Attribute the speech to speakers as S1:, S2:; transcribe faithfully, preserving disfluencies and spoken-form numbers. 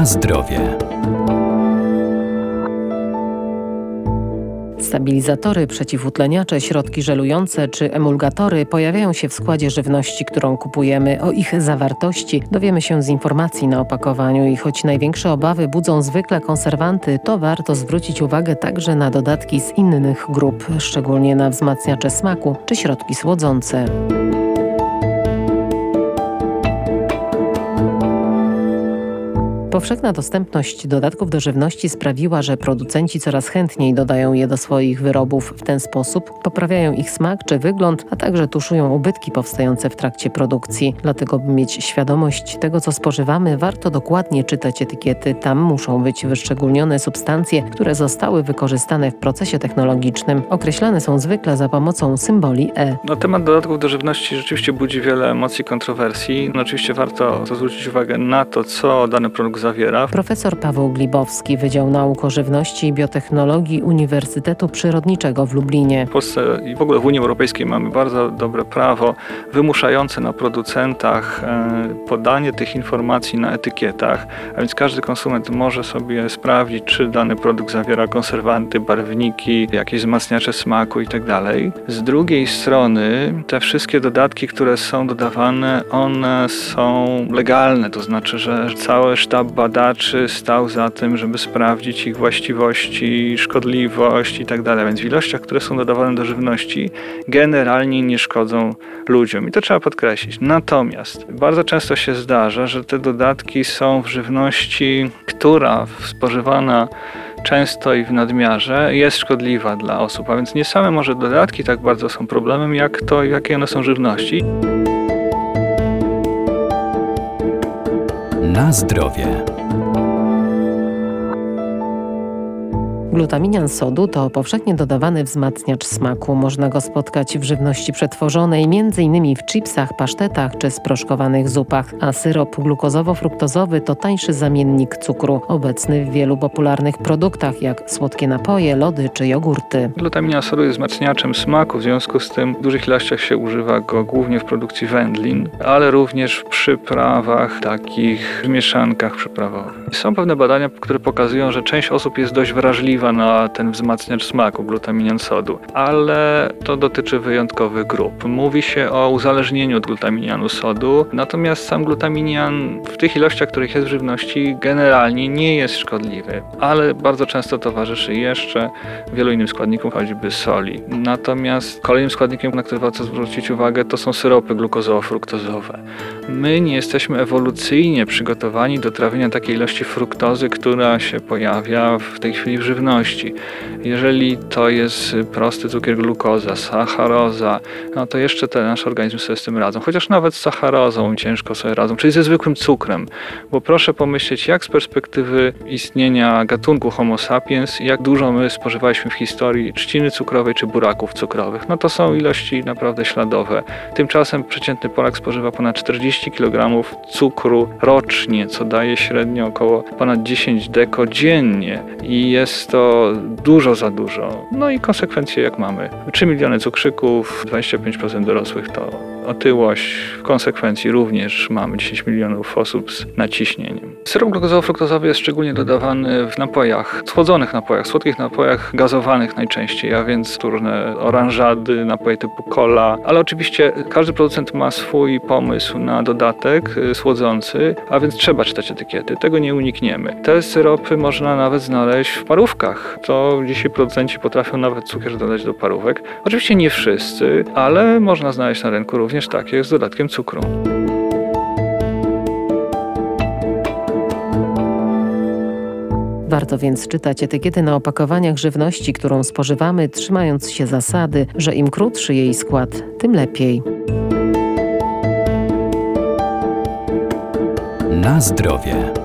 S1: Na zdrowie.
S2: Stabilizatory, przeciwutleniacze, środki żelujące czy emulgatory pojawiają się w składzie żywności, którą kupujemy. O ich zawartości dowiemy się z informacji na opakowaniu i choć największe obawy budzą zwykle konserwanty, to warto zwrócić uwagę także na dodatki z innych grup, szczególnie na wzmacniacze smaku czy środki słodzące. Powszechna dostępność dodatków do żywności sprawiła, że producenci coraz chętniej dodają je do swoich wyrobów. W ten sposób poprawiają ich smak czy wygląd, a także tuszują ubytki powstające w trakcie produkcji. Dlatego, by mieć świadomość tego, co spożywamy, warto dokładnie czytać etykiety. Tam muszą być wyszczególnione substancje, które zostały wykorzystane w procesie technologicznym. Określane są zwykle za pomocą symboli E.
S3: No, temat dodatków do żywności rzeczywiście budzi wiele emocji, kontrowersji. No, oczywiście warto zwrócić uwagę na to, co dany produkt zawiera.
S2: Profesor Paweł Glibowski, Wydział Nauk o Żywności i Biotechnologii Uniwersytetu Przyrodniczego w Lublinie.
S3: W Polsce i w ogóle w Unii Europejskiej mamy bardzo dobre prawo wymuszające na producentach podanie tych informacji na etykietach, a więc każdy konsument może sobie sprawdzić, czy dany produkt zawiera konserwanty, barwniki, jakieś wzmacniacze smaku itd. Z drugiej strony te wszystkie dodatki, które są dodawane, one są legalne, to znaczy, że cały sztab badaczy stał za tym, żeby sprawdzić ich właściwości, szkodliwość i tak dalej. Więc w ilościach, które są dodawane do żywności, generalnie nie szkodzą ludziom. I to trzeba podkreślić. Natomiast bardzo często się zdarza, że te dodatki są w żywności, która spożywana często i w nadmiarze jest szkodliwa dla osób. A więc nie same może dodatki tak bardzo są problemem, jak to, jakie one są żywności.
S1: Na zdrowie.
S2: Glutaminian sodu to powszechnie dodawany wzmacniacz smaku. Można go spotkać w żywności przetworzonej, między innymi w chipsach, pasztetach czy sproszkowanych zupach, a syrop glukozowo-fruktozowy to tańszy zamiennik cukru, obecny w wielu popularnych produktach, jak słodkie napoje, lody czy jogurty.
S3: Glutaminian sodu jest wzmacniaczem smaku, w związku z tym w dużych ilościach się używa go głównie w produkcji wędlin, ale również w przyprawach, takich w mieszankach przyprawowych. Są pewne badania, które pokazują, że część osób jest dość wrażliwa na ten wzmacniacz smaku, glutaminian sodu, ale to dotyczy wyjątkowych grup. Mówi się o uzależnieniu od glutaminianu sodu, natomiast sam glutaminian w tych ilościach, których jest w żywności, generalnie nie jest szkodliwy, ale bardzo często towarzyszy jeszcze wielu innym składnikom, choćby soli. Natomiast kolejnym składnikiem, na który warto zwrócić uwagę, to są syropy glukozowo-fruktozowe. My nie jesteśmy ewolucyjnie przygotowani do trawienia takiej ilości fruktozy, która się pojawia w tej chwili w żywności. Jeżeli to jest prosty cukier glukoza, sacharoza, no to jeszcze te nasze organizmy sobie z tym radzą. Chociaż nawet z sacharozą ciężko sobie radzą, czyli ze zwykłym cukrem. Bo proszę pomyśleć, jak z perspektywy istnienia gatunku Homo sapiens, jak dużo my spożywaliśmy w historii trzciny cukrowej czy buraków cukrowych. No to są ilości naprawdę śladowe. Tymczasem przeciętny Polak spożywa ponad czterdzieści kilogramów cukru rocznie, co daje średnio około ponad dziesięć deko dziennie. I jest to dużo za dużo. No i konsekwencje jak mamy. trzy miliony cukrzyków, dwadzieścia pięć procent dorosłych to otyłość. W konsekwencji również mamy dziesięć milionów osób z nadciśnieniem. Syrop glukozowo-fruktozowy jest szczególnie dodawany w napojach, słodzonych napojach, słodkich napojach gazowanych najczęściej, a więc różne oranżady, napoje typu cola, ale oczywiście każdy producent ma swój pomysł na dodatek słodzący, a więc trzeba czytać etykiety. Tego nie unikniemy. Te syropy można nawet znaleźć w parówkach. To dzisiaj producenci potrafią nawet cukier dodać do parówek. Oczywiście nie wszyscy, ale można znaleźć na rynku również takie z dodatkiem cukru.
S2: Warto więc czytać etykiety na opakowaniach żywności, którą spożywamy, trzymając się zasady, że im krótszy jej skład, tym lepiej.
S1: Na zdrowie.